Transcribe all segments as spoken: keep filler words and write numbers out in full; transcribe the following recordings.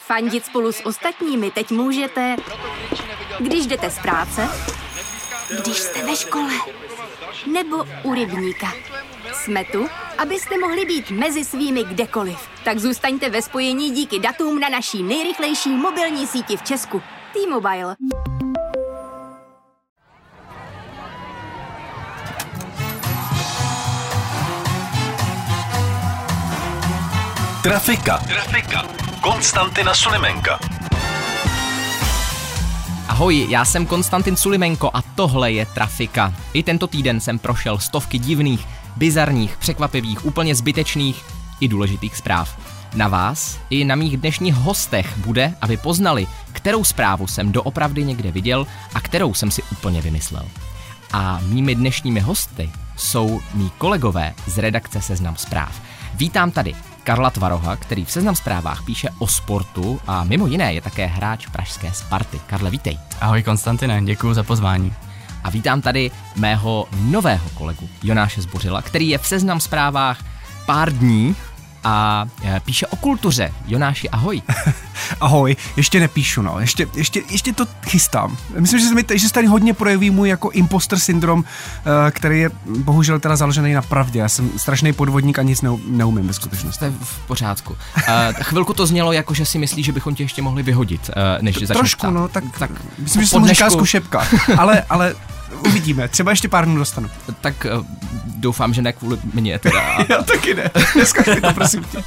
Fandit spolu s ostatními teď můžete, když jdete z práce, když jste ve škole, nebo u rybníka. Jsme tu, abyste mohli být mezi svými kdekoliv. Tak zůstaňte ve spojení díky datům na naší nejrychlejší mobilní síti v Česku. T-Mobile. Trafika. Trafika. Konstantina Sulimenka. Ahoj, já jsem Konstantin Sulimenko a tohle je Trafika. I tento týden jsem prošel stovky divných, bizarních, překvapivých, úplně zbytečných i důležitých zpráv. Na vás i na mých dnešních hostech bude, aby poznali, kterou zprávu jsem doopravdy někde viděl a kterou jsem si úplně vymyslel. A mými dnešními hosty jsou mý kolegové z redakce Seznam zpráv. Vítám tady Karla Tvaroha, který v Seznam zprávách píše o sportu a mimo jiné je také hráč pražské Sparty. Karle, vítej. Ahoj Konstantine, děkuji za pozvání. A vítám tady mého nového kolegu Jonáše Zbořila, který je v Seznam zprávách pár dní a píše o kultuře. Jonáši, ahoj. Ahoj, ještě nepíšu, no, ještě, ještě, ještě to chystám. Myslím, že se, mi, že se tady hodně projeví můj jako imposter syndrom, který je bohužel teda založený na pravdě. Já jsem strašný podvodník a nic neumím ve skutečnosti. To je v pořádku. Uh, chvilku to znělo jako, že si myslíš, že bychom tě ještě mohli vyhodit, uh, než začneš Trošku, psát. no, tak, tak myslím, že se tomu říká zkušebka, ale, ale uvidíme, třeba ještě pár dnů dostanu. Tak uh, doufám, že ne kvůli mně teda. Já taky ne, neskaž mi to, prosím tě.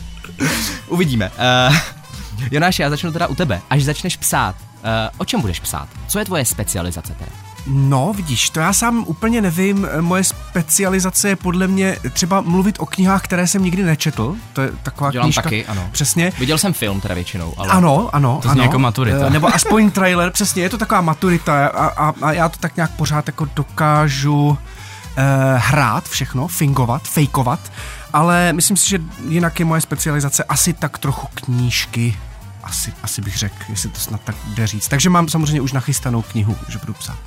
Uvidíme. Uh, Jonáši, já začnu teda u tebe. Až začneš psát, uh, o čem budeš psát? Co je tvoje specializace teda? No, vidíš, to já sám úplně nevím. Moje specializace je podle mě třeba mluvit o knihách, které jsem nikdy nečetl. To je taková Dělám knížka. taky, ano. Přesně. Viděl jsem film teda většinou, ale... Ano, ano, to ano. jako maturita. Nebo aspoň trailer, přesně, je to taková maturita a, a, a já to tak nějak pořád jako dokážu eh, hrát všechno, fingovat, fejkovat, ale myslím si, že jinak je moje specializace asi tak trochu knížky. Asi, asi bych řekl, jestli to snad tak jde říct. Takže mám samozřejmě už nachystanou knihu, že budu psát.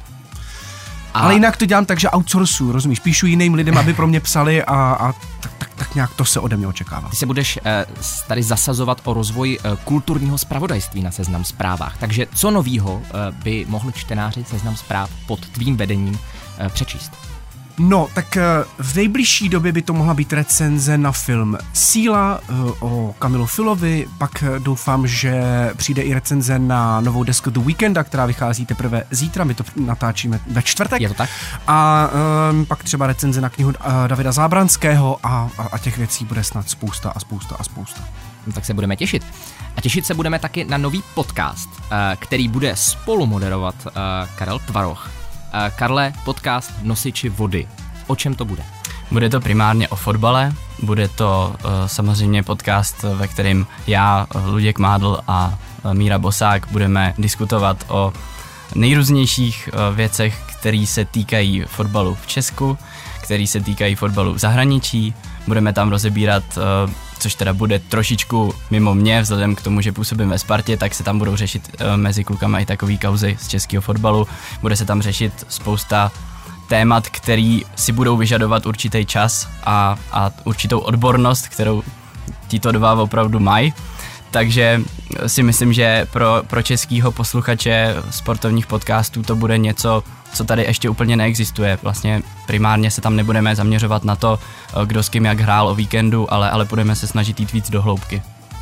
A... Ale jinak to dělám tak, že outsourcuju, rozumíš? Píšu jiným lidem, aby pro mě psali a, a tak, tak, tak nějak to se ode mě očekává. Ty se budeš eh, tady zasazovat o rozvoj eh, kulturního zpravodajství na Seznam zprávách. Takže co novýho eh, by mohli čtenáři Seznam zpráv pod tvým vedením eh, přečíst? No, tak v nejbližší době by to mohla být recenze na film Síla o Kamilu Filovi, pak doufám, že přijde i recenze na novou desku The Weekenda, která vychází teprve zítra, my to natáčíme ve čtvrtek. Je to tak? A um, pak třeba recenze na knihu uh, Davida Zábranského a, a, a těch věcí bude snad spousta a spousta a spousta. No, tak se budeme těšit. A těšit se budeme taky na nový podcast, uh, který bude spolu moderovat uh, Karel Tvaroh. Karle, podcast Nosiči vody. O čem to bude? Bude to primárně o fotbale, bude to uh, samozřejmě podcast, ve kterém já, Luděk Mádl a uh, Míra Bosák budeme diskutovat o nejrůznějších uh, věcech, které se týkají fotbalu v Česku, které se týkají fotbalu v zahraničí. Budeme tam rozebírat, uh, což teda bude trošičku mimo mě, vzhledem k tomu, že působím ve Spartě, tak se tam budou řešit uh, mezi klukama i takový kauzy z českého fotbalu. Bude se tam řešit spousta témat, který si budou vyžadovat určitý čas a, a určitou odbornost, kterou tito dva opravdu mají. Takže si myslím, že pro, pro českýho posluchače sportovních podcastů to bude něco, co tady ještě úplně neexistuje. Vlastně primárně se tam nebudeme zaměřovat na to, kdo s kým jak hrál o víkendu, ale, ale budeme se snažit jít víc do hloubky.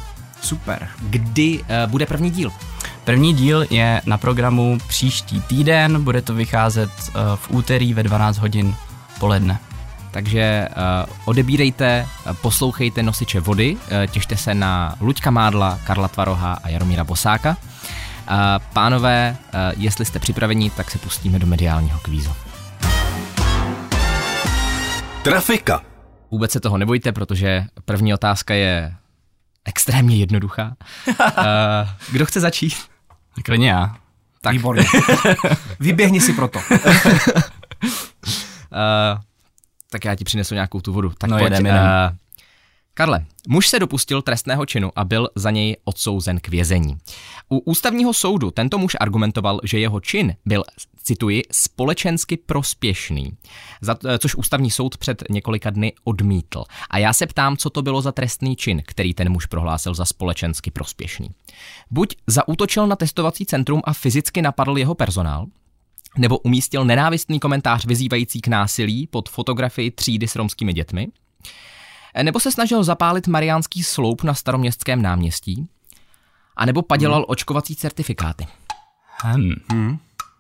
Super. Kdy uh, bude první díl? První díl je na programu příští týden, bude to vycházet uh, v úterý ve dvanáct hodin poledne. Takže uh, odebírejte, poslouchejte Nosiče vody, uh, těšte se na Luďka Mádla, Karla Tvaroha a Jaromíra Bosáka. Uh, pánové, uh, jestli jste připraveni, tak se pustíme do mediálního kvízu. Trafika. Vůbec se toho nebojte, protože první otázka je extrémně jednoduchá. Uh, kdo chce začít? Klidně já. Tak. Výborně. Vyběhni si proto. uh, tak já ti přinesu nějakou tu vodu. Tak no pojď. Jedem, jedem. Uh, Karle, muž se dopustil trestného činu a byl za něj odsouzen k vězení. U ústavního soudu tento muž argumentoval, že jeho čin byl, cituji, společensky prospěšný, za, což ústavní soud před několika dny odmítl. A já se ptám, co to bylo za trestný čin, který ten muž prohlásil za společensky prospěšný. Buď zaútočil na testovací centrum a fyzicky napadl jeho personál, nebo umístil nenávistný komentář vyzývající k násilí pod fotografii třídy s romskými dětmi, nebo se snažil zapálit mariánský sloup na Staroměstském náměstí, a nebo padělal hmm. očkovací certifikáty. Hmm. Hmm.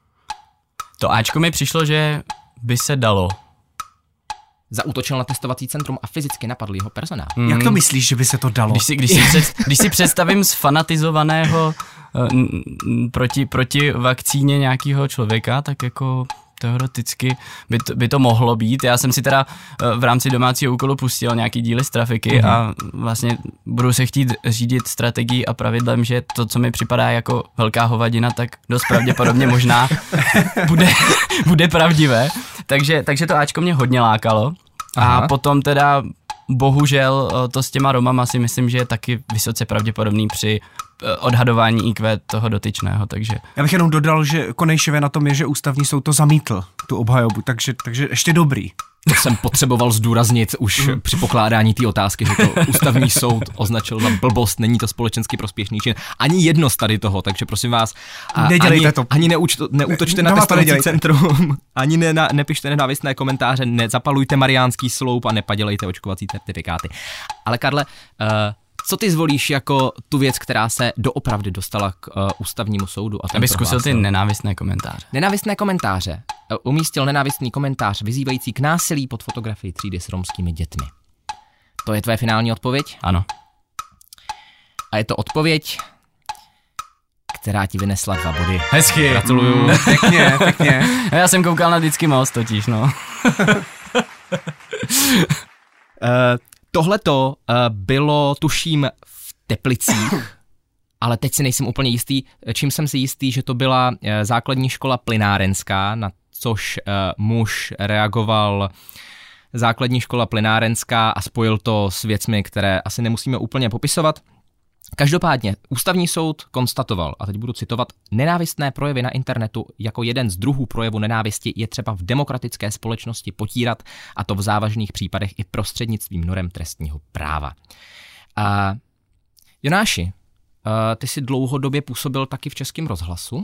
To Ačko mi přišlo, že by se dalo. Zaútočil na testovací centrum a fyzicky napadl jeho personál. Hmm. Jak to myslíš, že by se to dalo? Když si, když si, před, když si představím sfanatizovaného uh, proti, proti vakcíně nějakého člověka, tak jako teoreticky by to, by to mohlo být. Já jsem si teda v rámci domácího úkolu pustil nějaký díly z trafiky mm-hmm. a vlastně budu se chtít řídit strategií a pravidlem, že to, co mi připadá jako velká hovadina, tak dost pravděpodobně možná bude, bude pravdivé. Takže, takže to Ačko mě hodně lákalo. Aha. A potom teda bohužel to s těma Romama si myslím, že je taky vysoce pravděpodobný při odhadování í kvé toho dotyčného, takže... Já bych jenom dodal, že konejšivé na tom je, že ústavní soud to zamítl, tu obhajobu, takže, takže ještě dobrý. To jsem potřeboval zdůraznit už mm. při pokládání té otázky, že to ústavní soud označil za blbost, není to společensky prospěšný čin. Ani jedno z tady toho, takže prosím vás, nedělejte ani, to. ani neuč, neútočte ne, na testovací centrum, ani ne, na, nepište nenávistné komentáře, nezapalujte mariánský sloup a nepadělejte očkovací certifikáty. Ale Karle, uh, co ty zvolíš jako tu věc, která se doopravdy dostala k uh, ústavnímu soudu? A aby zkusil ty nenávistné komentáře. Nenávistné komentáře. Uh, umístil nenávistný komentář vyzývající k násilí pod fotografii třídy s romskými dětmi. To je tvoje finální odpověď? Ano. A je to odpověď, která ti vynesla dva body. Hezky. Gratuluju. Mm, pěkně, pěkně. Já jsem koukal na Vždycky most totiž, no. uh, Tohleto uh, bylo, tuším, v Teplicích, ale teď si nejsem úplně jistý, čím jsem si jistý, že to byla uh, základní škola plynárenská, na což uh, muž reagoval základní škola plynárenská a spojil to s věcmi, které asi nemusíme úplně popisovat. Každopádně ústavní soud konstatoval, a teď budu citovat, nenávistné projevy na internetu jako jeden z druhů projevu nenávisti je třeba v demokratické společnosti potírat, a to v závažných případech i prostřednictvím norem trestního práva. A Jonáši, ty jsi dlouhodobě působil taky v Českém rozhlasu.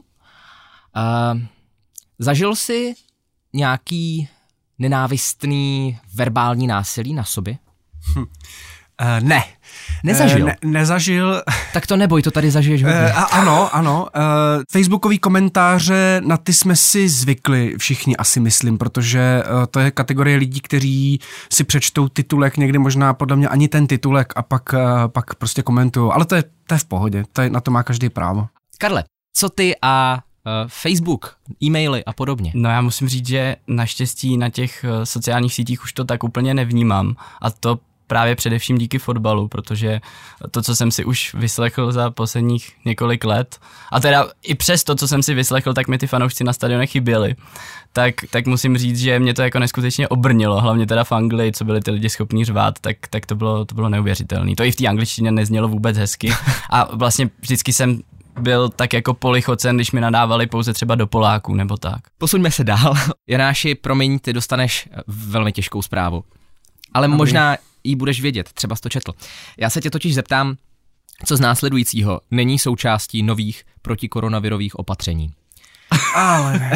A zažil jsi nějaký nenávistný verbální násilí na sobě? Hm. Uh, ne. Nezažil? Uh, ne, nezažil. Tak to neboj, to tady zažiješ hodně. Uh, a ano, ano. Uh, Facebookový komentáře, na ty jsme si zvykli všichni, asi myslím, protože uh, to je kategorie lidí, kteří si přečtou titulek, někdy možná podle mě ani ten titulek a pak, uh, pak prostě komentujou. Ale to je, to je v pohodě, to je, na to má každý právo. Karle, co ty a uh, Facebook, e-maily a podobně? No já musím říct, že naštěstí na těch uh, sociálních sítích už to tak úplně nevnímám, a to právě především díky fotbalu, protože to, co jsem si už vyslechl za posledních několik let, a teda i přes to, co jsem si vyslechl, tak mi ty fanoušci na stadionech chyběli, tak, tak musím říct, že mě to jako neskutečně obrnilo, hlavně teda v Anglii, co byli ty lidi schopní řvát, tak, tak to bylo, to bylo neuvěřitelné. To i v té angličtině neznělo vůbec hezky a vlastně vždycky jsem byl tak jako polichocen, když mi nadávali pouze třeba do Poláků nebo tak. Posuňme se dál. Janáši, promiň, ty dostaneš velmi těžkou zprávu. Ale Aby. možná jí budeš vědět, třeba jsi to četl. Já se tě totiž zeptám, co z následujícího není součástí nových protikoronavirových opatření. Ale ne.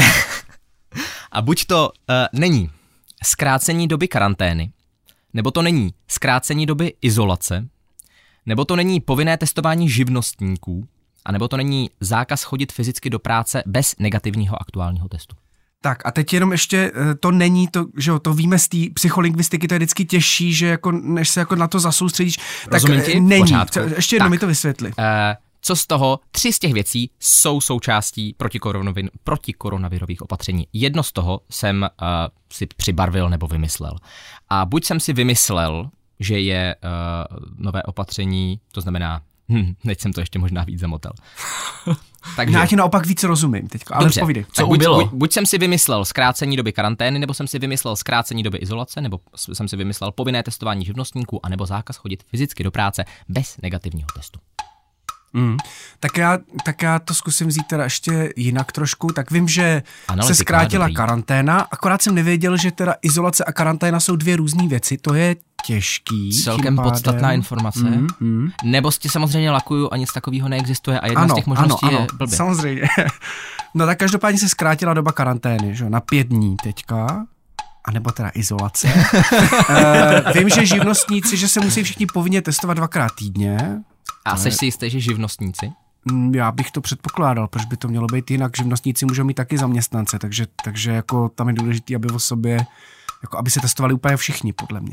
A buď to uh, není zkrácení doby karantény, nebo to není zkrácení doby izolace, nebo to není povinné testování živnostníků, a nebo to není zákaz chodit fyzicky do práce bez negativního aktuálního testu. Tak a teď jenom ještě, to není to, že jo, to víme z té psycholingvistiky, to je vždycky těžší, že jako, než se jako na to zasoustředíš, Rozumím tak ti? není. Pořádku. Ještě jednou mi to vysvětli. Uh, co z toho, tři z těch věcí jsou součástí protikoronavi- protikoronavirových opatření. Jedno z toho jsem uh, si přibarvil nebo vymyslel. A buď jsem si vymyslel, že je uh, nové opatření, to znamená, hm, teď jsem to ještě možná víc zamotal. Takže... Já ti naopak víc rozumím teďka, ale Dobře, povídej. co buď, buď, buď jsem si vymyslel zkrácení doby karantény, nebo jsem si vymyslel zkrácení doby izolace, nebo jsem si vymyslel povinné testování živnostníků, anebo zákaz chodit fyzicky do práce bez negativního testu. Mm. Tak, já, tak já to zkusím vzít teda ještě jinak trošku. Tak vím, že Analytika, se zkrátila dobrý. karanténa, akorát jsem nevěděl, že teda izolace a karanténa jsou dvě různý věci. To je těžký. Celkem podstatná informace. Mm, mm. Nebo ti samozřejmě lakuju a nic takového neexistuje a jedna ano, z těch možností ano, je ano, blbě. samozřejmě. No tak každopádně se zkrátila doba karantény, že? Na pět dní teďka. A nebo teda izolace. uh, vím, že živnostníci, že se musí všichni povinně testovat dvakrát týdně. A jsi si jistý, že živnostníci? Já bych to předpokládal, proč by to mělo být jinak. Živnostníci můžou mít taky zaměstnance, takže, takže jako tam je důležité, aby o sobě, jako aby se testovali úplně všichni, podle mě.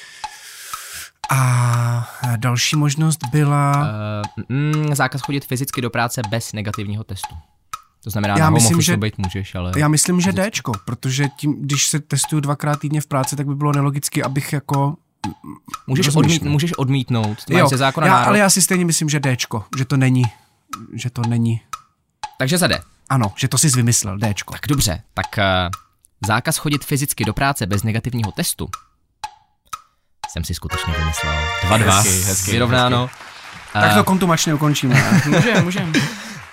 A další možnost byla... Uh, mm, zákaz chodit fyzicky do práce bez negativního testu. To znamená, já na home myslím, office že, být můžeš, ale... Já myslím, že Dčko, protože tím, když se testuju dvakrát týdně v práci, tak by bylo nelogicky, abych jako... Můžeš, odmít, můžeš odmítnout, ty máš ze zákona já, nárok. ale já si stejně myslím, že Dčko, že to není, že to není. Takže za D. Ano, že to jsi vymyslel, Dčko. Tak dobře, tak uh, zákaz chodit fyzicky do práce bez negativního testu jsem si skutečně vymyslel. dva dva, Hezky, hezky, vyrovnáno. Uh, tak to kontumačně ukončíme. Můžem, můžem. Uh,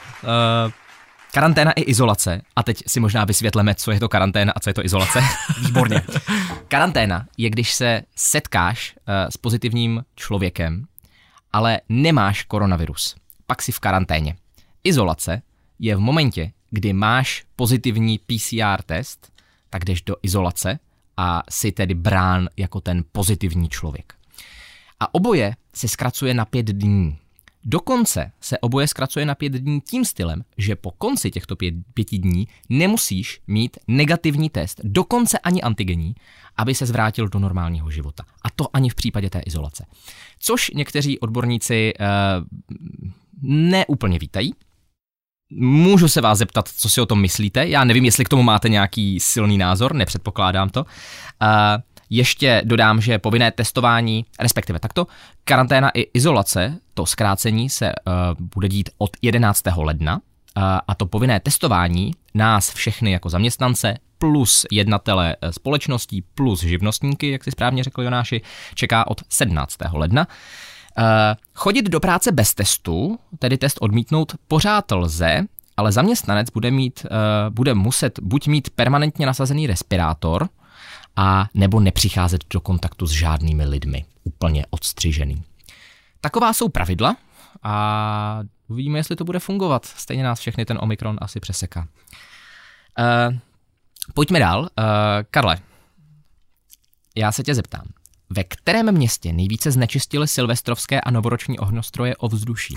karanténa i izolace. A teď si možná vysvětleme, co je to karanténa a co je to izolace. Výborně. Karanténa je, když se setkáš uh, s pozitivním člověkem, ale nemáš koronavirus. Pak jsi v karanténě. Izolace je v momentě, kdy máš pozitivní P C R test, tak jdeš do izolace a jsi tedy brán jako ten pozitivní člověk. A oboje se zkracuje na pět dní. Dokonce se oboje zkracuje na pět dní tím stylem, že po konci těchto pět, pěti dní nemusíš mít negativní test, dokonce ani antigenní, aby se zvrátil do normálního života. A to ani v případě té izolace. Což někteří odborníci eh, neúplně vítají. Můžu se vás zeptat, co si o tom myslíte. Já nevím, jestli k tomu máte nějaký silný názor, nepředpokládám to. Eh, Ještě dodám, že povinné testování, respektive takto, karanténa i izolace, to zkrácení se uh, bude dít od jedenáctého ledna uh, a to povinné testování nás všechny jako zaměstnance plus jednatele společností plus živnostníky, jak si správně řekl Jonáši, čeká od sedmnáctého ledna. Uh, chodit do práce bez testu, tedy test odmítnout, pořád lze, ale zaměstnanec bude, mít, uh, bude muset buď mít permanentně nasazený respirátor, a nebo nepřicházet do kontaktu s žádnými lidmi, úplně odstřižený. Taková jsou pravidla a uvidíme, jestli to bude fungovat. Stejně nás všechny ten Omikron asi přeseká. Uh, pojďme dál. Uh, Karle, já se tě zeptám. Ve kterém městě nejvíce znečistily silvestrovské a novoroční ohňostroje ovzduší?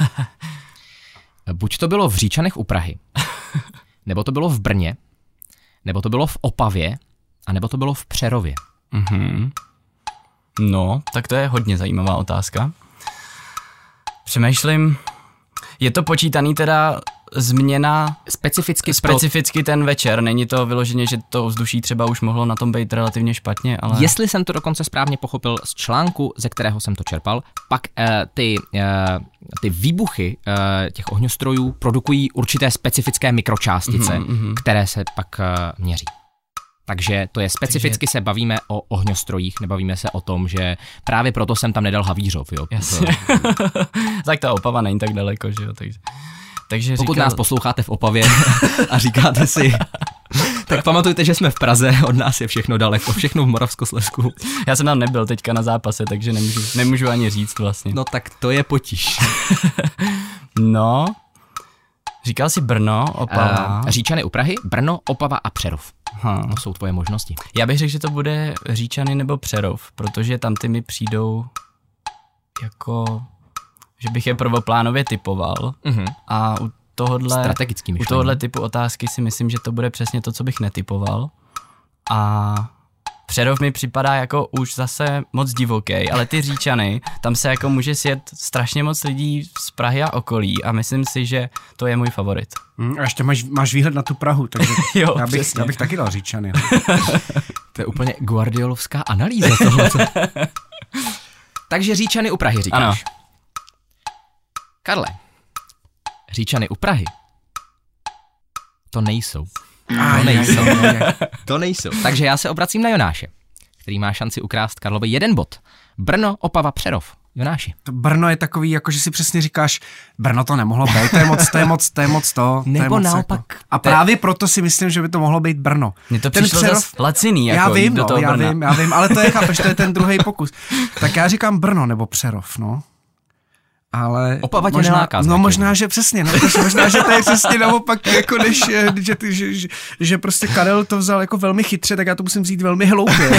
Buď to bylo v Říčanech u Prahy, nebo to bylo v Brně, nebo to bylo v Opavě, a nebo to bylo v Přerově? Mm-hmm. No, tak to je hodně zajímavá otázka. Přemýšlím, je to počítaný teda změna specificky, specificky ten večer, není to vyloženě, že to ovzduší třeba už mohlo na tom být relativně špatně, ale... Jestli jsem to dokonce správně pochopil z článku, ze kterého jsem to čerpal, pak uh, ty, uh, ty výbuchy uh, těch ohňostrojů produkují určité specifické mikročástice, mm-hmm. které se pak uh, měří. Takže to je specificky, Takže... se bavíme o ohňostrojích, nebavíme se o tom, že právě proto jsem tam nedal Havířov, jo. Jasně. Tak ta Opava není tak daleko, že jo, takže... Takže Pokud říkal... nás posloucháte v Opavě a říkáte si, tak pamatujte, že jsme v Praze, od nás je všechno daleko, všechno v Moravskoslezsku. Já jsem tam nebyl teďka na zápase, takže nemůžu, nemůžu ani říct vlastně. No tak to je potíž. No, říkal jsi Brno, Opava. Uh, Říčany u Prahy, Brno, Opava a Přerov. Aha. To jsou tvoje možnosti. Já bych řekl, že to bude Říčany nebo Přerov, protože tam ty mi přijdou jako, že bych je prvoplánově typoval Uh-huh. a u tohohle, strategický myšlení. U tohohle typu otázky si myslím, že to bude přesně to, co bych netypoval. A Přerov mi připadá jako už zase moc divoký, ale ty Říčany, tam se jako může sjet strašně moc lidí z Prahy a okolí a myslím si, že to je můj favorit. Mm, a ještě máš, máš výhled na tu Prahu, takže jo, já, bych, já bych taky dal Říčany. To je úplně guardiolovská analýza tohle. Takže Říčany u Prahy říkáš. Ano. Karle, Říčany u Prahy. To nejsou. To nejsou. To nejsou. Takže já se obracím na Jonáše, který má šanci ukrást Karlovi jeden bod. Brno, Opava, Přerov. Jonáši. To Brno je takový, jako že si přesně říkáš, Brno to nemohlo být, to je moc, to je moc, to je moc to. Nebo to je moc naopak. Jako. A právě proto si myslím, že by to mohlo být Brno. Mně to ten přišlo Přerov, zas laciný, jako já vím, do no, toho já Brna. vím, já vím, ale to je, chápeš, to je ten druhý pokus. Tak já říkám Brno nebo Přerov, no. Ale Opava tě možná, neláká. no možná, že přesně, no, to, možná, že to je přesně naopak, jako než, že, ty, že, že, že prostě Karel to vzal jako velmi chytře, tak já to musím vzít velmi hloupě.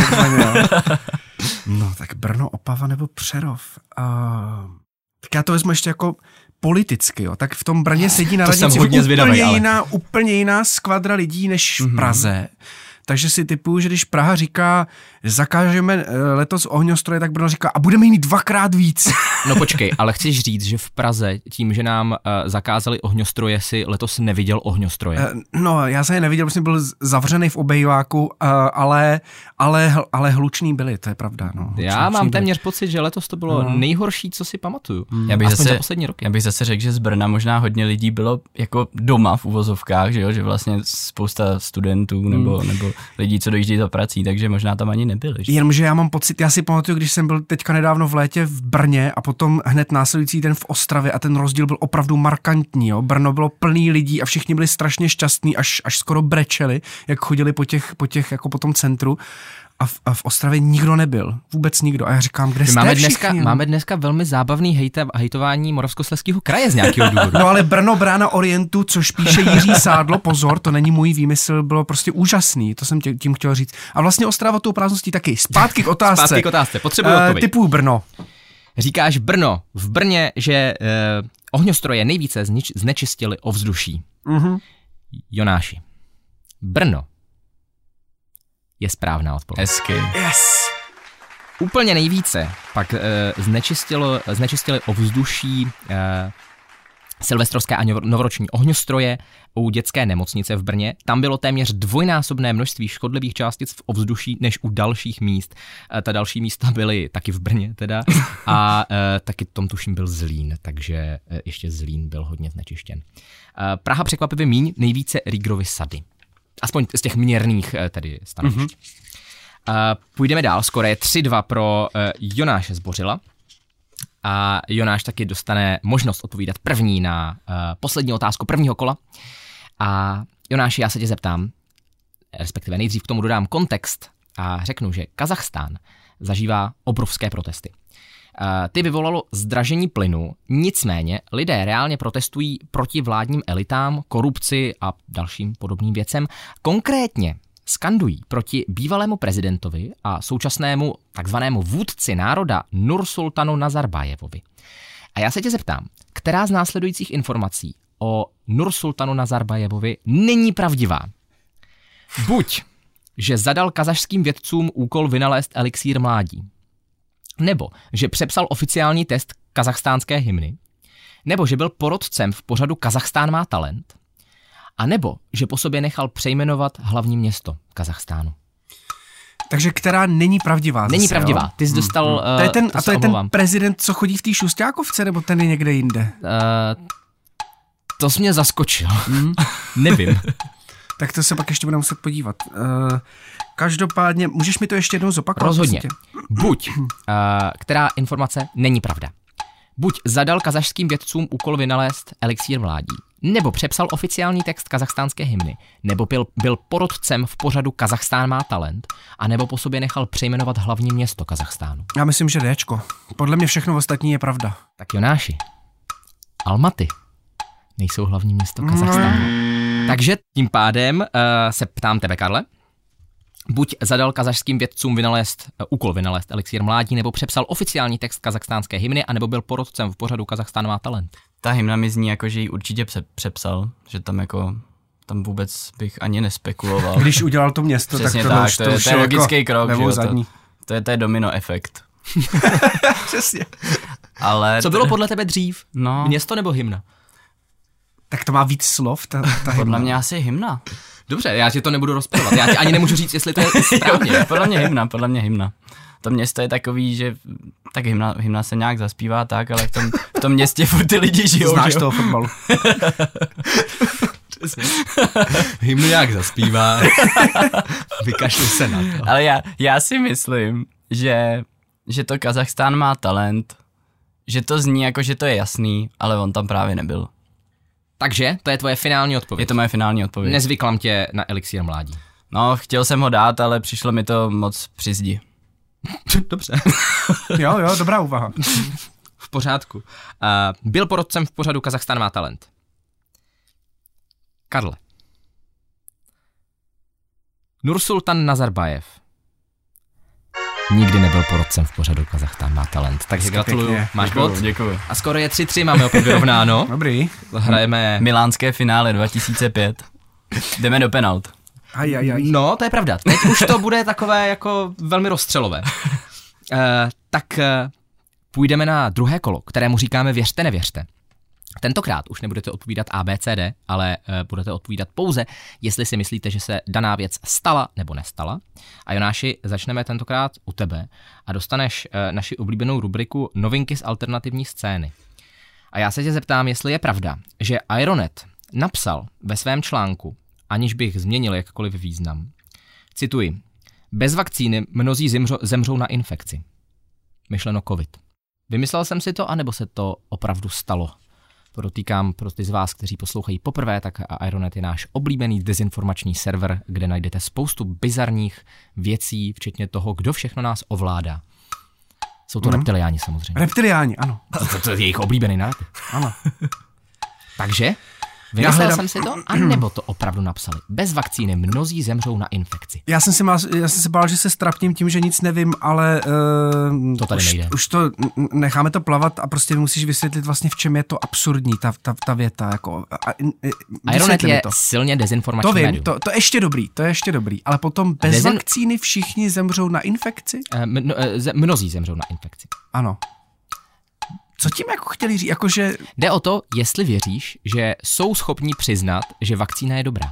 No tak Brno, Opava nebo Přerov. Uh, tak já to vezmu ještě jako politicky, jo. Tak v tom Brně sedí na radnici úplně, zvědavej, ale... jiná, úplně jiná skvadra lidí než v Praze. Mm-hmm. Takže si typuju, že když Praha říká, zakážeme letos ohňostroje, tak Brno říká, a budeme mít dvakrát víc. No počkej, ale chceš říct, že v Praze tím, že nám uh, zakázali ohňostroje, si letos neviděl ohňostroje? Uh, no, já jsem je neviděl, protože byl zavřený v obejváku, uh, ale, ale, ale hluční byly, to je pravda. No, hluční, já mám hluční téměř byly. Pocit, že letos to bylo no. nejhorší, co si pamatuju. Hmm. Já bych Aspoň zase, za poslední roky. Já bych zase řekl, že z Brna možná hodně lidí bylo jako doma v uvozovkách, že jo, že vlastně spousta studentů nebo, hmm. nebo lidí, co dojíždí za prací, takže možná tam ani nebyli. Že? Jenomže já mám pocit, já si pamatuju, když jsem byl teďka nedávno v létě v Brně a potom hned následující den v Ostravě a ten rozdíl byl opravdu markantní. Jo. Brno bylo plný lidí a všichni byli strašně šťastní, až, až skoro brečeli, jak chodili po těch, po těch jako po tom centru. A v, a v Ostravě nikdo nebyl. Vůbec nikdo. A já říkám, kde jste máme všichni? Dneska, máme dneska velmi zábavný hejta, hejtování Moravskoslezského kraje z nějakého důvodu. No ale Brno, brána Orientu, což píše Jiří Sádlo, pozor, to není můj výmysl, bylo prostě úžasný, to jsem tě, tím chtěl říct. A vlastně Ostrava tou prázdností taky. Zpátky k otázce. Zpátky k otázce, potřebuji uh, odpověď. Typuju Brno. Říkáš Brno. V Brně, že uh, ohňostroje nejvíce znič, znečistili ovzduší. Mhm. Jonáši. Brno je správná odpověď. Hezky. Yes. Úplně nejvíce pak uh, znečistilo, znečistili ovzduší uh, silvestrovské a novoroční ohňostroje u dětské nemocnice v Brně. Tam bylo téměř dvojnásobné množství škodlivých částic v ovzduší než u dalších míst. Uh, ta další místa byly taky v Brně teda a uh, taky tom tuším byl Zlín, takže uh, ještě Zlín byl hodně znečištěn. Uh, Praha překvapivě míň, nejvíce Rigrovy sady. Aspoň z těch měrných tedy stanovišť. Mm-hmm. Uh, půjdeme dál, skoro je tři dva pro uh, Jonáše Zbořila. A Jonáš taky dostane možnost odpovídat první na uh, poslední otázku prvního kola. A Jonáši, já se tě zeptám, respektive nejdřív k tomu dodám kontext a řeknu, že Kazachstán zažívá obrovské protesty. Uh, ty vyvolalo zdražení plynu, nicméně lidé reálně protestují proti vládním elitám, korupci a dalším podobným věcem. Konkrétně skandují proti bývalému prezidentovi a současnému takzvanému vůdci národa Nursultanu Nazarbájevovi. A já se tě zeptám, která z následujících informací o Nursultanu Nazarbájevovi není pravdivá? Buď, že zadal kazašským vědcům úkol vynalézt elixír mládí, nebo že přepsal oficiální test kazachstánské hymny, nebo že byl porotcem v pořadu Kazachstán má talent, a nebo že po sobě nechal přejmenovat hlavní město Kazachstánu. Takže která není pravdivá. Není zase, pravdivá. Jo? Ty jsi dostal... Hmm. Uh, to je ten, to a to je omlouvám. ten prezident, co chodí v té Šustákovce, nebo ten je někde jinde? Uh, to jsi mě zaskočil. Hmm. Nevím. Tak to se pak ještě budeme muset podívat. Uh, každopádně, můžeš mi to ještě jednou zopakovat? Rozhodně. Buď, uh, která informace není pravda. Buď zadal kazašským vědcům úkol vynalézt elixír mládí, nebo přepsal oficiální text kazachstánské hymny, nebo byl, byl porotcem v pořadu Kazachstán má talent, a nebo po sobě nechal přejmenovat hlavní město Kazachstánu. Já myslím, že Déčko. Podle mě všechno ostatní je pravda. Tak Jonáši, Almaty nejsou hlavní město Kazachstánu. Mm. Takže tím pádem uh, se ptám tebe, Karle. Buď zadal kazašským vědcům vynalézt, uh, úkol vynalézt elixír mládí, nebo přepsal oficiální text kazachstánské hymny, anebo byl porotcem v pořadu Kazachstán má talent. Ta hymna mi zní jako, že ji určitě přepsal, že tam jako, tam vůbec bych ani nespekuloval. Když udělal to město, přesně tak to, tak, už, to, to, je, už to je logický jako krok, že jo, zadní. to, to, je, to je domino efekt. Přesně. Ale co bylo podle tebe dřív? No. Město nebo hymna? Tak to má víc slov, ta, ta hymna. Podle mě asi hymna. Dobře, já ti to nebudu rozporovat. Já ti ani nemůžu říct, jestli to je správně. Podle mě hymna, podle mě hymna. to město je takový, že tak hymna, hymna se nějak zaspívá tak, ale v tom, v tom městě furt ty lidi žijou. Znáš že? toho fotbalu. Hymnu nějak zaspívá. Vykašli se na to. Ale já, já si myslím, že, že to Kazachstán má talent, že to zní jako, že to je jasný, ale on tam právě nebyl. Takže to je tvoje finální odpověď. Je to moje finální odpověď. Nezvyklam tě na elixír mládí. No, chtěl jsem ho dát, ale přišlo mi to moc při zdi. Dobře. Jo, jo, dobrá úvaha. V pořádku. Uh, byl porodcem v pořadu Kazachstán má talent. Karle. Nursultan Nazarbajev nikdy nebyl porodcem v pořadu Kazachstán má talent. Takže gratuluju, pěkně. máš Děkuju, bod. děkuju. A skoro je tři tři, máme opět vyrovnáno. Dobrý. Hrajeme... Milánské finále dva tisíce pět. Jdeme do penalt. Aj, aj, aj. No, to je pravda. Teď už to bude takové jako velmi rozstřelové. Uh, tak uh, půjdeme na druhé kolo, kterému říkáme věřte, nevěřte. Tentokrát už nebudete odpovídat A, B, C, D, ale uh, budete odpovídat pouze, jestli si myslíte, že se daná věc stala nebo nestala. A Jonáši, začneme tentokrát u tebe a dostaneš uh, naši oblíbenou rubriku Novinky z alternativní scény. A já se tě zeptám, jestli je pravda, že Ironet napsal ve svém článku, aniž bych změnil jakkoliv význam. Cituji. Bez vakcíny mnozí zemřou, zemřou na infekci. Myšleno covid. Vymyslel jsem si to, anebo se to opravdu stalo? Podotýkám pro ty z vás, kteří poslouchají poprvé, tak Ironet je náš oblíbený dezinformační server, kde najdete spoustu bizarních věcí, včetně toho, kdo všechno nás ovládá. Jsou to mm. reptiliáni samozřejmě. Reptiliáni, ano. To, to, to je jejich oblíbený nápad. Ano. Takže... Vymyslel hledám... jsem si to, anebo to opravdu napsali. Bez vakcíny mnozí zemřou na infekci. Já jsem si, mal, já jsem si bál, že se strapním tím, že nic nevím, ale uh, to tady už, nejde. už to necháme to plavat a prostě musíš vysvětlit vlastně, v čem je to absurdní, ta, ta, ta věta. Jako, a, a, Ironet je to. silně dezinformační To vím, médium. to, to je ještě dobrý, to je ještě dobrý, ale potom bez Dezin... vakcíny všichni zemřou na infekci? Uh, mno, uh, ze, mnozí zemřou na infekci. Ano. Co tím jako chtěli říct? Jakože... Jde o to, jestli věříš, že jsou schopni přiznat, že vakcína je dobrá.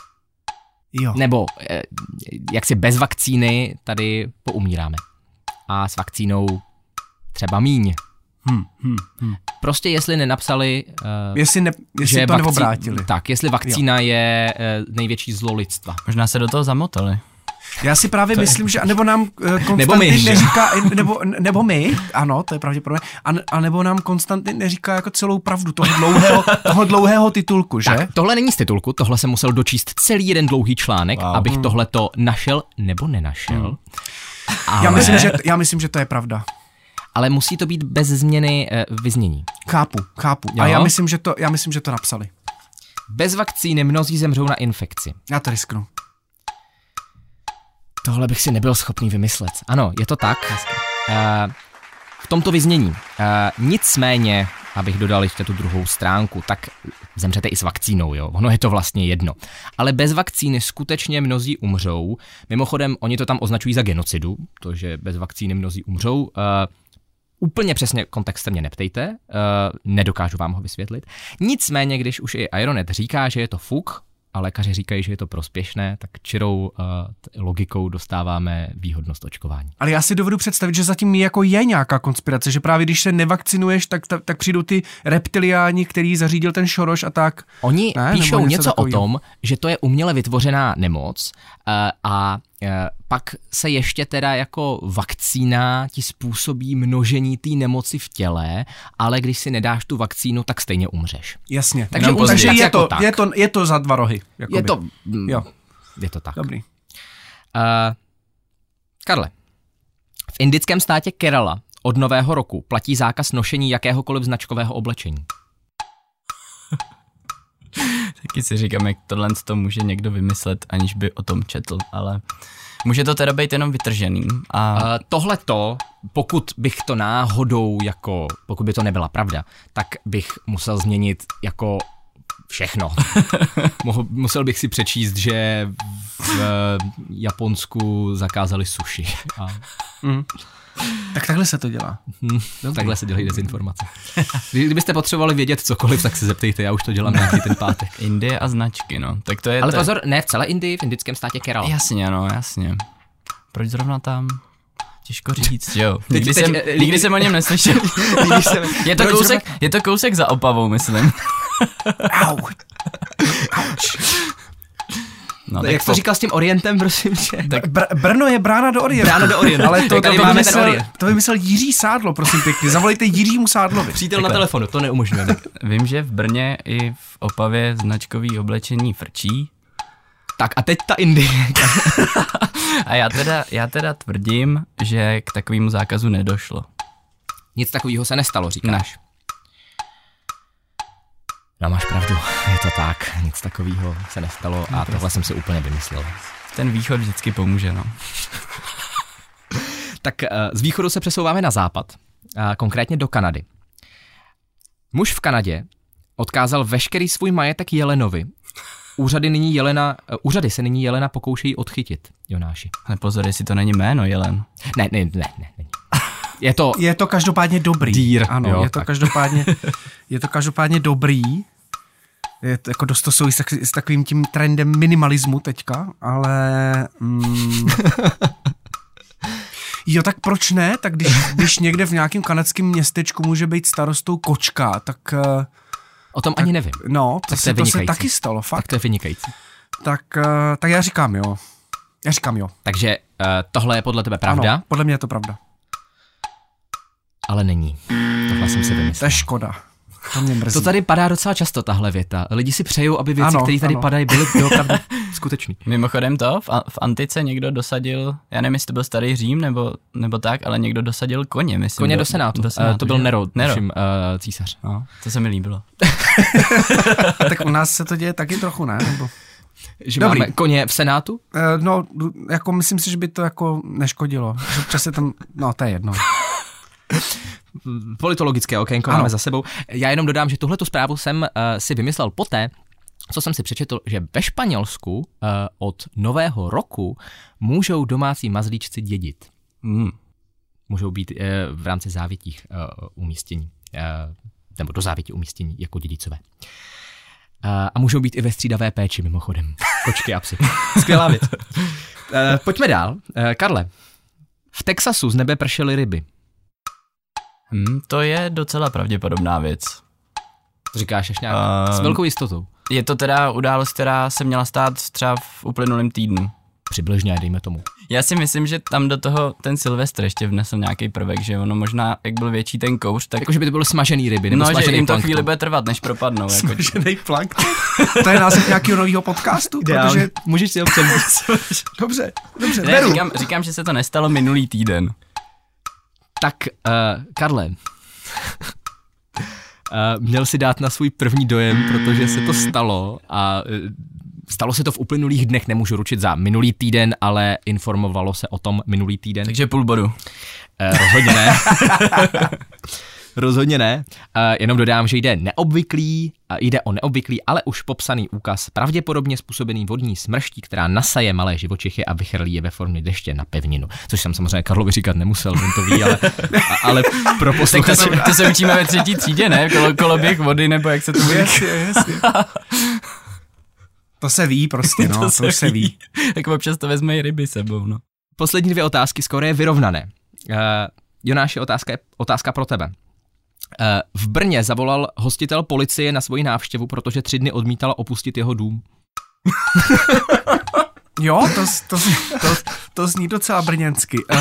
Jo. Nebo eh, jak si bez vakcíny tady poumíráme. A s vakcínou třeba míň. Hmm, hmm, hmm. Prostě jestli nenapsali, uh, jestli, ne, jestli že to vakcí... neobrátili. Tak, jestli vakcína jo. je uh, největší zlo lidstva. Možná se do toho zamotali. Já si právě myslím, že nebo nám uh, Konstantin nebo my, neříká, nebo, nebo my, ano, to je pravděpodobně, a, a nebo nám Konstantin neříká jako celou pravdu toho dlouhého, toho dlouhého titulku, že? Tak, tohle není z titulku, tohle jsem musel dočíst celý jeden dlouhý článek, wow. abych hmm. tohleto našel nebo nenašel. Hmm. Ale... Já, myslím, že, já myslím, že to je pravda. Ale musí to být bez změny uh, vyznění. Chápu, chápu. Jo? A já myslím, že to, já myslím, že to napsali. Bez vakcíny mnozí zemřou na infekci. Já to risknu. Tohle bych si nebyl schopný vymyslet. Ano, je to tak. Uh, v tomto vyznění. Uh, nicméně, abych dodal ještě tu druhou stránku, tak zemřete i s vakcínou, jo. Ono je to vlastně jedno. Ale bez vakcíny skutečně mnozí umřou. Mimochodem, oni to tam označují za genocidu, to, že bez vakcíny mnozí umřou. Uh, Úplně přesně kontext se mě neptejte, uh, nedokážu vám ho vysvětlit. Nicméně, když už i Ironet říká, že je to fuk, a lékaři říkají, že je to prospěšné, tak čirou uh, logikou dostáváme výhodnost očkování. Ale já si dovedu představit, že zatím jako je nějaká konspirace, že právě když se nevakcinuješ, tak, tak, tak přijdou ty reptiliáni, který zařídil ten Šoroš a tak. Oni ne, píšou něco, něco takový, o tom, že to je uměle vytvořená nemoc uh, a uh, pak se ještě teda jako vakcína ti způsobí množení té nemoci v těle, ale když si nedáš tu vakcínu, tak stejně umřeš. Jasně. Takže, no, takže je, jako to, tak. je, to, je to za dva rohy. Jakoby. Je to, jo. je to tak. Dobrý. Uh, Karle, v indickém státě Kerala od nového roku platí zákaz nošení jakéhokoliv značkového oblečení. Taky si říkám, jak tohle to může někdo vymyslet, aniž by o tom četl, ale může to teda být jenom vytržený. A... Uh, tohleto, pokud bych to náhodou jako, pokud by to nebyla pravda, tak bych musel změnit jako všechno. Mohl, musel bych si přečíst, že v Japonsku zakázali sushi. A... Mm. Tak takhle se to dělá. Hmm, takhle se dělají dezinformace. Kdybyste potřebovali vědět cokoliv, tak se zeptejte, já už to dělám nějaký ten pátek. Indie a značky, no. Tak to je Ale te... pozor, ne v celé Indii, v indickém státě Kerala. Jasně, no, jasně. Proč zrovna tam? Těžko říct, jo. Teď- Nikdy, teď- jsem, eh, nikdy jsem o něm neslyšel. je, to kousek, je to kousek za Opavou, myslím. Au. Auč. No, Jak to říkal s tím Orientem, prosím tě? Tak Br- Brno je brána do Orientu. Brána do Orientu. Ale to, Tak to, tady to, máme ten vymyslel, Orient. to vymyslel Jiří Sádlo, prosím pěkně. Zavolejte Jiřímu Sádlovi. Přítel na telefonu, to neumožňujeme. Vím, že v Brně i v Opavě značkový oblečení frčí. Tak a teď ta Indie. A já teda, já teda tvrdím, že k takovému zákazu nedošlo. Nic takového se nestalo, říkáš. No máš pravdu, je to tak, nic takového se nestalo a tohle jsem si úplně vymyslel. Ten východ vždycky pomůže, no. Tak z východu se přesouváme na západ, konkrétně do Kanady. Muž v Kanadě odkázal veškerý svůj majetek Jelenovi. Úřady, nyní Jelena, úřady se nyní Jelena pokoušejí odchytit, Jonáši. Ale pozor, jestli to není jméno Jelen. Ne, ne, ne, ne, ne. Je to... Je to každopádně dobrý. Dýr, ano, jo, je to tak. každopádně, je to každopádně dobrý. Je to jako dost to souvisí s, tak, s takovým tím trendem minimalismu teďka, ale... Mm, jo, tak proč ne? Tak když, když někde v nějakém kanadském městečku může být starostou kočka, tak... O tom tak, ani nevím. No, to, tak se, to, to se taky stalo, fakt. Tak to je vynikající. Tak, tak já říkám jo. Já říkám jo. Takže uh, tohle je podle tebe pravda? Ano, podle mě je to pravda. Ale není. Tohle jsem si vymyslel. To je škoda. To mě mrzí. To tady padá docela často, tahle věta. Lidi si přejou, aby věci, které tady ano. padají, byly opravdu skutečný. Mimochodem to, v, v antice někdo dosadil, já nevím, jestli to byl starý Řím nebo, nebo tak, ale někdo dosadil koně, myslím. Koně do Senátu. Do senátu uh, to byl že? Nero, Nero. Všim, uh, císař. No, to se mi líbilo. Tak u nás se to děje taky trochu, ne? Nebo... Že Dobrý. máme koně v Senátu? Uh, no, jako myslím si, že by to jako neškodilo. Že občas je tam, no to je jedno. Politologické okénko Ano. máme za sebou. Já jenom dodám, že tuhletu zprávu jsem uh, si vymyslel poté, co jsem si přečetl, že ve Španělsku uh, od nového roku můžou domácí mazlíčci dědit. Mm. Můžou být uh, v rámci závětích uh, umístění, uh, nebo do závětí umístění jako dědicové. Uh, a můžou být i ve střídavé péči mimochodem. Kočky a psy. Skvělá věc. Uh, pojďme dál. Uh, Karle, v Texasu z nebe pršely ryby. Hmm, to je docela pravděpodobná věc. To říkáš až nějak Um, s velkou jistotou. Je to teda událost, která se měla stát třeba v uplynulém týdnu. Přibližně, dejme tomu. Já si myslím, že tam do toho ten Silvestr ještě vnesl nějaký prvek, že ono možná, jak byl větší ten kouř, tak... Jakože by to byly smažený ryby, nebo No, že smažený jim to plankton. chvíli bude trvat, než propadnou. Jako... Smažený plankton. To je název nějakého nového podcastu, protože... Můžeš si ho přemít. Dobře, dobře, Ne, beru. říkám, říkám, že se to nestalo minulý týden. Tak, uh, Karle, uh, měl si dát na svůj první dojem, protože se to stalo a uh, stalo se to v uplynulých dnech, nemůžu ručit za minulý týden, ale informovalo se o tom minulý týden. Takže půl bodu. Uh, rozhodně ne. Rozhodně ne. Uh, jenom dodám, že jde neobvyklý, uh, jde o neobvyklý, ale už popsaný úkaz, pravděpodobně způsobený vodní smrští, která nasaje malé živočichy a vychrlí je ve formě deště na pevninu. Což jsem samozřejmě Karlovi říkat nemusel, on to ví, ale, a, ale pro Tak to posluchače... se, to se učíme ve třetí třídě, ne? Kolo, koloběh vody, nebo jak se to bude? Jasně, jasně. To se ví prostě, no, to, to už se ví. Tak občas to vezme i ryby sebou, no. Poslední dvě otázky skoro je vyrovnané. Uh, Jonáši, otázka je otázka pro tebe. Uh, v Brně zavolal hostitel policie na svoji návštěvu, protože tři dny odmítala opustit jeho dům. Jo, to, to, to, to zní docela brněnsky. Uh,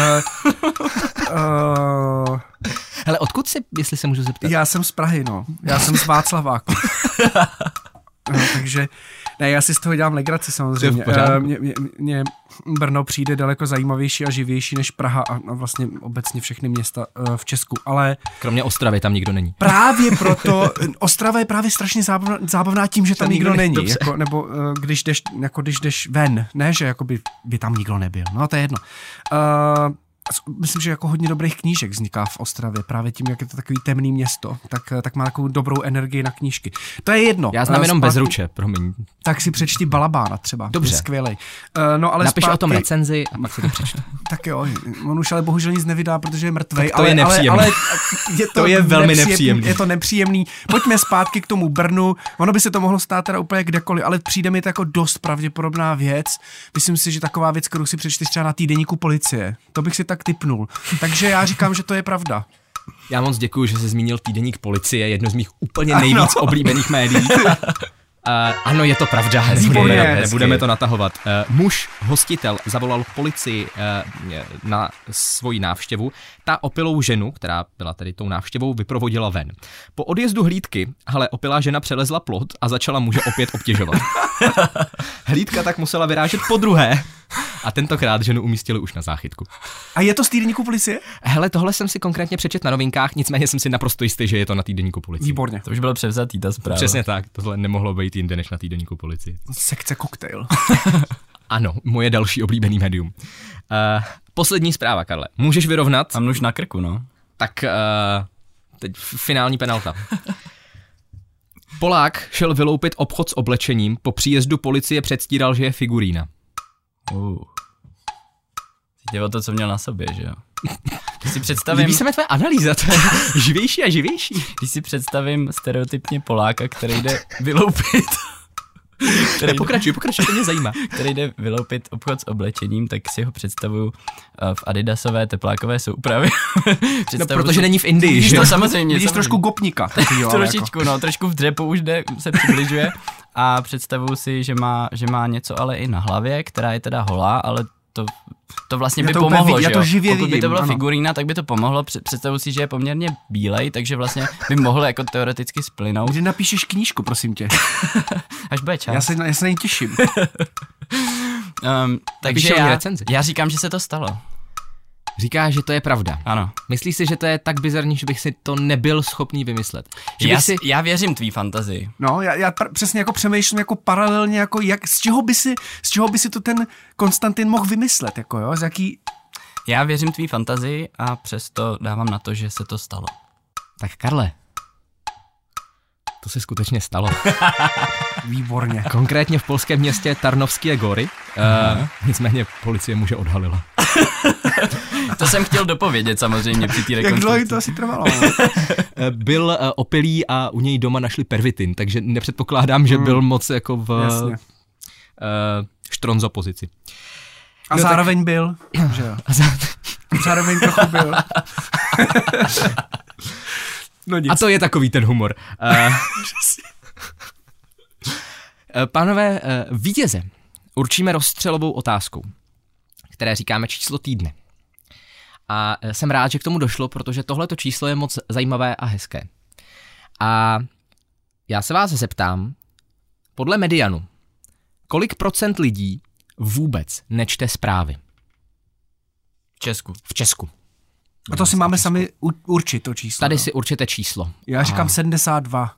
uh, Hele, odkud jsi, jestli se můžu zeptat? já jsem z Prahy, no. Já jsem z Václaváku. No, takže, ne, já si z toho dělám legraci samozřejmě. To je v pořádku. Uh, Mně mě, mě Brno přijde daleko zajímavější a živější než Praha a, a vlastně obecně všechny města uh, v Česku, ale Kromě Ostravy tam nikdo není. právě proto, Ostrava je právě strašně zábavná, zábavná tím, že tam, Tam nikdo, nikdo není, není, dobře. jako, nebo uh, když, jdeš, jako když jdeš ven, ne, že jako by, by tam nikdo nebyl, no to je jedno. Uh, Myslím, že jako hodně dobrých knížek vzniká v Ostravě, právě tím, jak je to takový temný město, tak, tak má takovou dobrou energii na knížky. To je jedno. Já znám Uh, jenom zpátky- Bezruče, promiň. Tak si přečti Balabána třeba. Dobře. Je skvělej. Uh, no, ale Napiš zpátky, o tom recenzi a pak si to přečtu. Tak jo, on už ale bohužel nic nevydá, protože je mrtvej. Tak to ale, je nepříjemný. Ale, ale je to, To je velmi nepříjemný. Je to nepříjemný. Pojďme zpátky k tomu Brnu. Ono by se to mohlo stát teda úplně kdekoliv, ale přijde mi to jako dost pravděpodobná věc. Myslím si, že taková věc, kterou si přečteš třeba na týdeníku policie. To bych si tak tak tipnul. Takže já říkám, že to je pravda. Já moc děkuju, že jsi zmínil týdeník Policie, jedno z mých úplně nejvíc ano. oblíbených médií. Uh, ano, je to pravda, nebudeme, nebudeme to natahovat. Uh, muž, hostitel, zavolal policii uh, na svoji návštěvu. Ta opilou ženu, která byla tedy tou návštěvou, vyprovodila ven. Po odjezdu hlídky, ale opilá žena přelezla plot a začala muže opět obtěžovat. Hlídka tak musela vyrážet po druhé a tentokrát ženu umístili už na záchytku. A je to z týdeníku Policie? Hele, tohle jsem si konkrétně přečet na novinkách, nicméně jsem si naprosto jistý, že je to na týdeníku Policie. Výborně. To už bylo převzatý, ta zpráva. Přesně tak, tohle nemohlo být jinde než na týdeníku Policie. Sekce koktejl. Ano, moje další oblíbený médium. Uh, poslední zpráva, Karle. Můžeš vyrovnat? Mám nůž na krku, no. Tak uh, teď finální penalta. Polák šel vyloupit obchod s oblečením, po příjezdu policie předstíral, že je figurína. Uh. Jde o to, co měl na sobě, že jo? Když si představím... Líbí se mi tvoje analýza, to je živější a živější. Když si představím stereotypně Poláka, který jde vyloupit... Který pokračuj, pokračuj, to mě zajímá. Který jde vyloupit obchod s oblečením, tak si ho představuju v adidasové teplákové soupravě. No, protože to, není v Indii, vidíš že? To samozřejmě. Vidíš samozřejmě. trošku gopníka. Trošičku, jako. no, trošku v dřepu už jde, se přibližuje a představuju si, že má, že má něco ale i na hlavě, která je teda holá, ale to, to vlastně by to pomohlo, vidí, že já to živě Pokud vidím, by to byla ano. figurína, tak by to pomohlo. Představuji si, že je poměrně bílej, takže vlastně by mohl jako teoreticky splynout. Kdy napíšeš knížku, prosím tě. Až bude čas. Já se, já se na ní těším. um, takže já, recenzi. já říkám, že se to stalo. Říkáš, že to je pravda. Ano. Myslíš si, že to je tak bizarní, že bych si to nebyl schopný vymyslet? Že Já, bych si... já věřím tvý fantazii. No, já, já pr- přesně jako přemýšlím jako paralelně, jako jak, z čeho by si, z čeho by si to ten Konstantin mohl vymyslet, jako jo, z jaký... Já věřím tvý fantazii a přesto dávám na to, že se to stalo. Tak Karle, to se skutečně stalo. Výborně. Konkrétně v polském městě Tarnowskie Gory. Uh, nicméně policie muže odhalila. To jsem chtěl dopovědět samozřejmě při té rekonstrukci. Jak dlouho to asi trvalo? Byl uh, opilý a u něj doma našli pervitin, takže nepředpokládám, že hmm. byl moc jako v uh, štronzo pozici. A no, zároveň tak... byl, že jo. A zá... zároveň trochu byl. No nic. A to je takový ten humor. Uh, pánové, uh, vítěze určíme rozstřelovou otázkou, které říkáme číslo týdne. A jsem rád, že k tomu došlo, protože tohleto číslo je moc zajímavé a hezké. A já se vás zeptám, podle Medianu, kolik procent lidí vůbec nečte zprávy? V Česku. V Česku. A to si máme sami určit, to číslo. Tady no. si určitě číslo. Já říkám Aha. sedmdesát dva.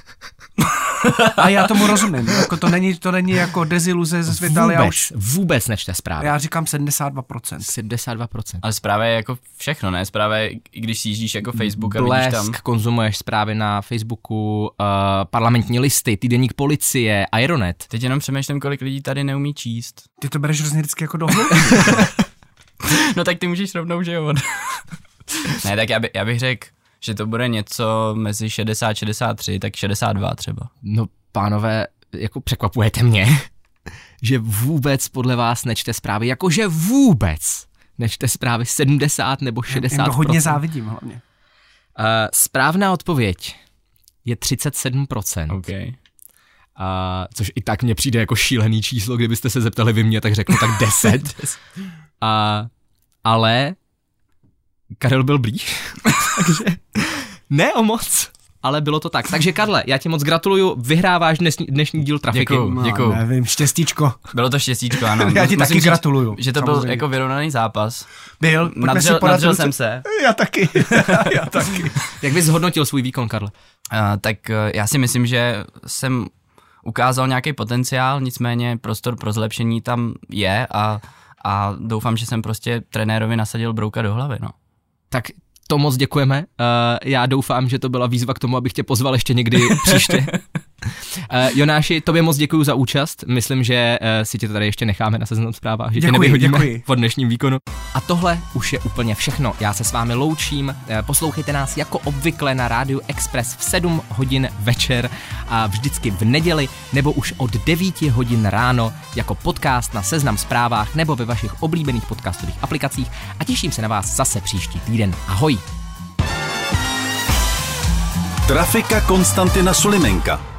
A já tomu rozumím. Jako to, není, to není jako deziluze ze světa, ale já už... Vůbec nečte zprávy. Já říkám sedmdesát dva procent. sedmdesát dva procent. Ale zpráva je jako všechno, ne? Zpráva je, i když si jíždíš jako Facebook a Blesk, vidíš tam... konzumuješ zprávy na Facebooku, uh, parlamentní listy, týdeník Policie, Aeronet. Teď jenom přemýšlím, kolik lidí tady neumí číst. Ty to bereš hrozně vždycky jako do hlouby. No tak ty můžeš rovnou, že jo? Ne, tak já, by, já bych řekl, že to bude něco mezi šedesát a šedesát tři, tak šedesát dva třeba. No, pánové, jako překvapujete mě, že vůbec podle vás nečte zprávy, jakože vůbec nečte zprávy sedmdesát nebo šedesát procent. Jim to hodně závidím hlavně. Uh, správná odpověď je třicet sedm procent. Okay. Uh, což i tak mně přijde jako šílený číslo, kdybyste se zeptali vy mě, tak řeknu tak deset. uh, ale Karel byl blíž, takže ne o moc, ale bylo to tak. Takže Karle, já ti moc gratuluju, vyhráváš dnesní, dnešní díl Trafiky. Děkuju, děkuju. No, nevím, štěstíčko. Bylo to štěstíčko, ano. Já ti Musím taky říct, gratuluju. Že to samozřejmě. byl jako vyrovnaný zápas. Byl, nadřel, nadřel jsem se. Já taky, já taky. Jak bys zhodnotil svůj výkon, Karle? Uh, tak uh, já si myslím, že jsem ukázal nějaký potenciál, nicméně prostor pro zlepšení tam je a, a doufám, že jsem prostě trenérovi nasadil brouka do hlavy, no. Tak to moc děkujeme. Uh, já doufám, že to byla výzva k tomu, abych tě pozval ještě někdy příště. Uh, Jonáši, tobě moc děkuju za účast. Myslím, že uh, si tě tady ještě necháme na Seznam Zprávách, že děkuji, tě nevyhodíme děkuji. po dnešním výkonu. A tohle už je úplně všechno. Já se s vámi loučím. Uh, poslouchejte nás jako obvykle na Rádiu Express v sedm hodin večer a vždycky v neděli nebo už od devět hodin ráno jako podcast na Seznam Zprávách nebo ve vašich oblíbených podcastových aplikacích a těším se na vás zase příští týden. Ahoj! Trafika Konstantina Sulimenka.